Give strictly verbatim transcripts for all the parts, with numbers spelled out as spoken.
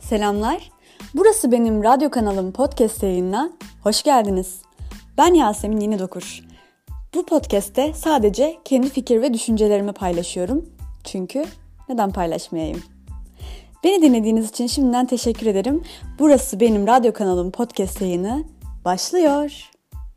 Selamlar. Burası benim radyo kanalım podcast yayınına hoş geldiniz. Ben Yasemin Yenidokur. Bu podcast'te sadece kendi fikir ve düşüncelerimi paylaşıyorum. Çünkü neden paylaşmayayım? Beni dinlediğiniz için şimdiden teşekkür ederim. Burası benim radyo kanalım podcast yayını başlıyor.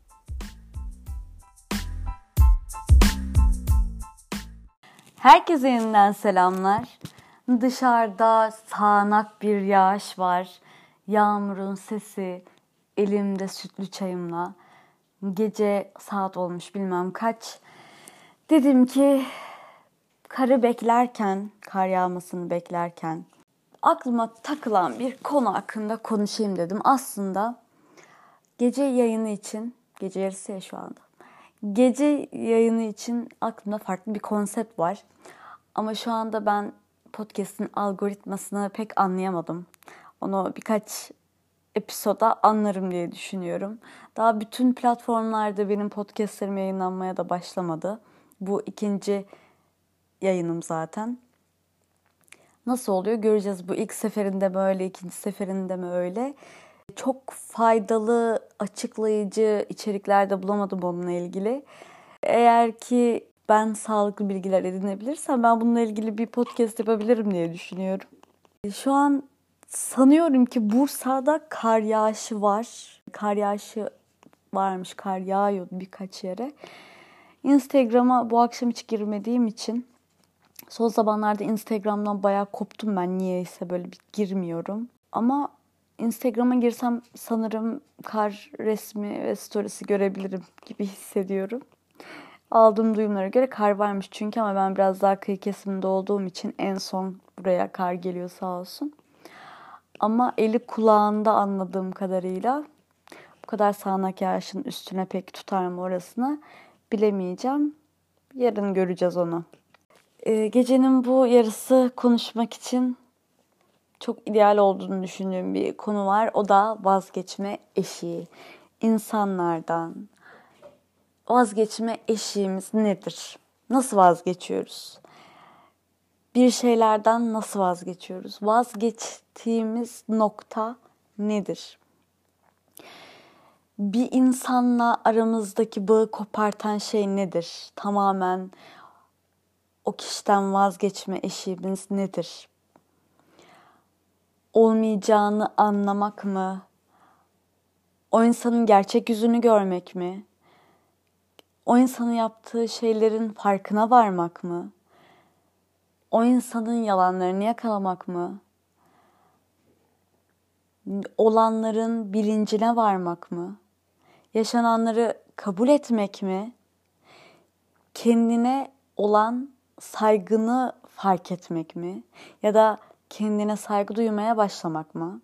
Herkese yeniden selamlar. Dışarıda sağanak bir yağış var. Yağmurun sesi, elimde sütlü çayımla. Gece saat olmuş bilmem kaç. Dedim ki karı beklerken, kar yağmasını beklerken aklıma takılan bir konu hakkında konuşayım dedim. Aslında gece yayını için, gece yarısı ya şu anda. Gece yayını için aklımda farklı bir konsept var. Ama şu anda ben podcast'in algoritmasını pek anlayamadım. Onu birkaç episoda anlarım diye düşünüyorum. Daha bütün platformlarda benim podcastlerim yayınlanmaya da başlamadı. Bu ikinci yayınım zaten. Nasıl oluyor göreceğiz. Bu ilk seferinde mi öyle, ikinci seferinde mi öyle. Çok faydalı, açıklayıcı içerikler de bulamadım onunla ilgili. Eğer ki ben sağlıklı bilgiler edinebilirsem ben bununla ilgili bir podcast yapabilirim diye düşünüyorum. Şu an sanıyorum ki Bursa'da kar yağışı var. Kar yağışı varmış, kar yağıyor birkaç yere. Instagram'a bu akşam hiç girmediğim için son zamanlarda Instagram'dan bayağı koptum ben. Niyeyse böyle bir girmiyorum. Ama Instagram'a girsem sanırım kar resmi ve storiesi görebilirim gibi hissediyorum. Aldığım duyumlara göre kar varmış çünkü ama ben biraz daha kıyı kesiminde olduğum için en son buraya kar geliyor sağ olsun. Ama eli kulağında anladığım kadarıyla bu kadar sağanak yağışın üstüne pek tutar mı orasını bilemeyeceğim. Yarın göreceğiz onu. Ee, gecenin bu yarısı konuşmak için çok ideal olduğunu düşündüğüm bir konu var. O da vazgeçme eşiği. İnsanlardan vazgeçme eşiğimiz nedir? Nasıl vazgeçiyoruz? Bir şeylerden nasıl vazgeçiyoruz? Vazgeçtiğimiz nokta nedir? Bir insanla aramızdaki bağı kopartan şey nedir? Tamamen o kişiden vazgeçme eşiğimiz nedir? Olmayacağını anlamak mı? O insanın gerçek yüzünü görmek mi? O insanın yaptığı şeylerin farkına varmak mı? O insanın yalanlarını yakalamak mı? Olanların bilincine varmak mı? Yaşananları kabul etmek mi? Kendine olan saygını fark etmek mi? Ya da kendine saygı duymaya başlamak mı?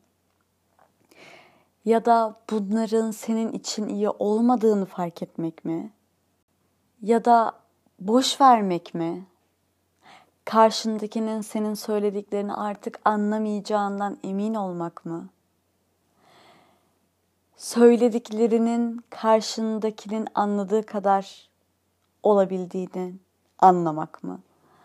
Ya da bunların senin için iyi olmadığını fark etmek mi? Ya da boş vermek mi? Karşındakinin senin söylediklerini artık anlamayacağından emin olmak mı? Söylediklerinin karşındakinin anladığı kadar olabildiğini anlamak mı?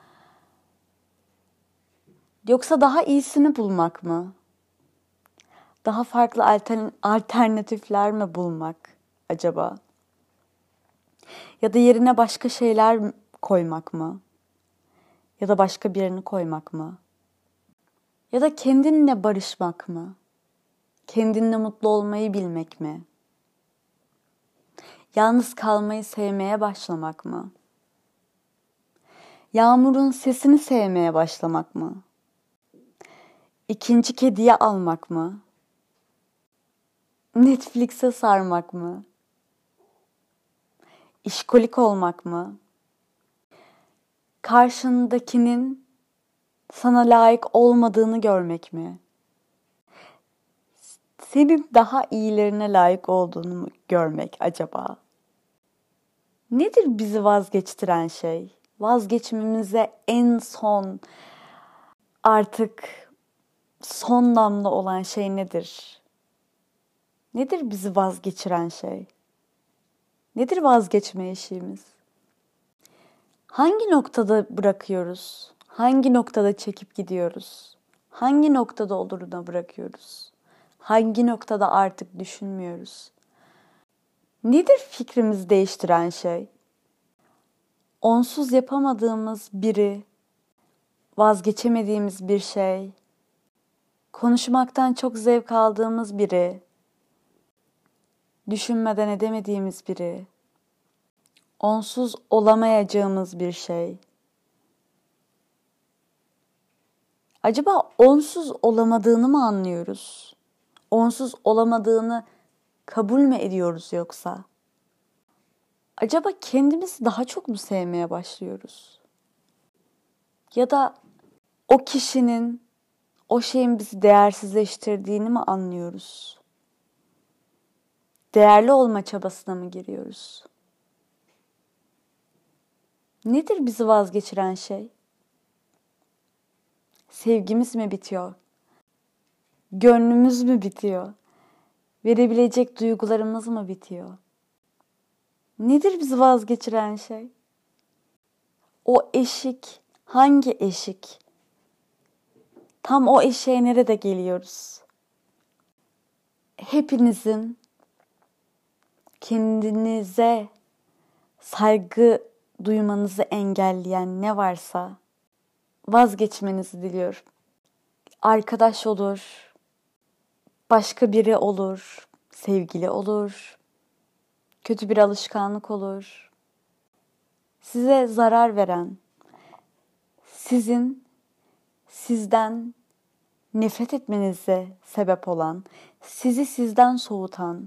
Yoksa daha iyisini bulmak mı? Daha farklı alternatifler mi bulmak acaba? Ya da yerine başka şeyler koymak mı? Ya da başka birini koymak mı? Ya da kendinle barışmak mı? Kendinle mutlu olmayı bilmek mi? Yalnız kalmayı sevmeye başlamak mı? Yağmurun sesini sevmeye başlamak mı? İkinci kediye almak mı? Netflix'e sarmak mı? İşkolik olmak mı? Karşındakinin sana layık olmadığını görmek mi? Senin daha iyilerine layık olduğunu mu görmek acaba? Nedir bizi vazgeçtiren şey? Vazgeçmemize en son artık son damla olan şey nedir? Nedir bizi vazgeçiren şey? Nedir vazgeçme eşiğimiz? Hangi noktada bırakıyoruz? Hangi noktada çekip gidiyoruz? Hangi noktada oluruna bırakıyoruz? Hangi noktada artık düşünmüyoruz? Nedir fikrimizi değiştiren şey? Onsuz yapamadığımız biri, vazgeçemediğimiz bir şey, konuşmaktan çok zevk aldığımız biri, düşünmeden edemediğimiz biri, onsuz olamayacağımız bir şey. Acaba onsuz olamadığını mı anlıyoruz? Onsuz olamadığını kabul mü ediyoruz yoksa? Acaba kendimizi daha çok mu sevmeye başlıyoruz? Ya da o kişinin, o şeyin bizi değersizleştirdiğini mi anlıyoruz? Değerli olma çabasına mı giriyoruz? Nedir bizi vazgeçiren şey? Sevgimiz mi bitiyor? Gönlümüz mü bitiyor? Verebilecek duygularımız mı bitiyor? Nedir bizi vazgeçiren şey? O eşik, hangi eşik? Tam o eşeğe nerede geliyoruz? Hepinizin kendinize saygı duymanızı engelleyen ne varsa vazgeçmenizi diliyorum. Arkadaş olur, başka biri olur, sevgili olur, kötü bir alışkanlık olur. Size zarar veren, sizin sizden nefret etmenize sebep olan, sizi sizden soğutan,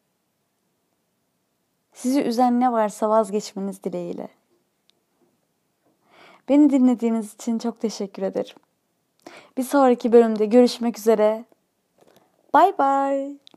sizi üzen ne varsa vazgeçmeniz dileğiyle. Beni dinlediğiniz için çok teşekkür ederim. Bir sonraki bölümde görüşmek üzere. Bye bye.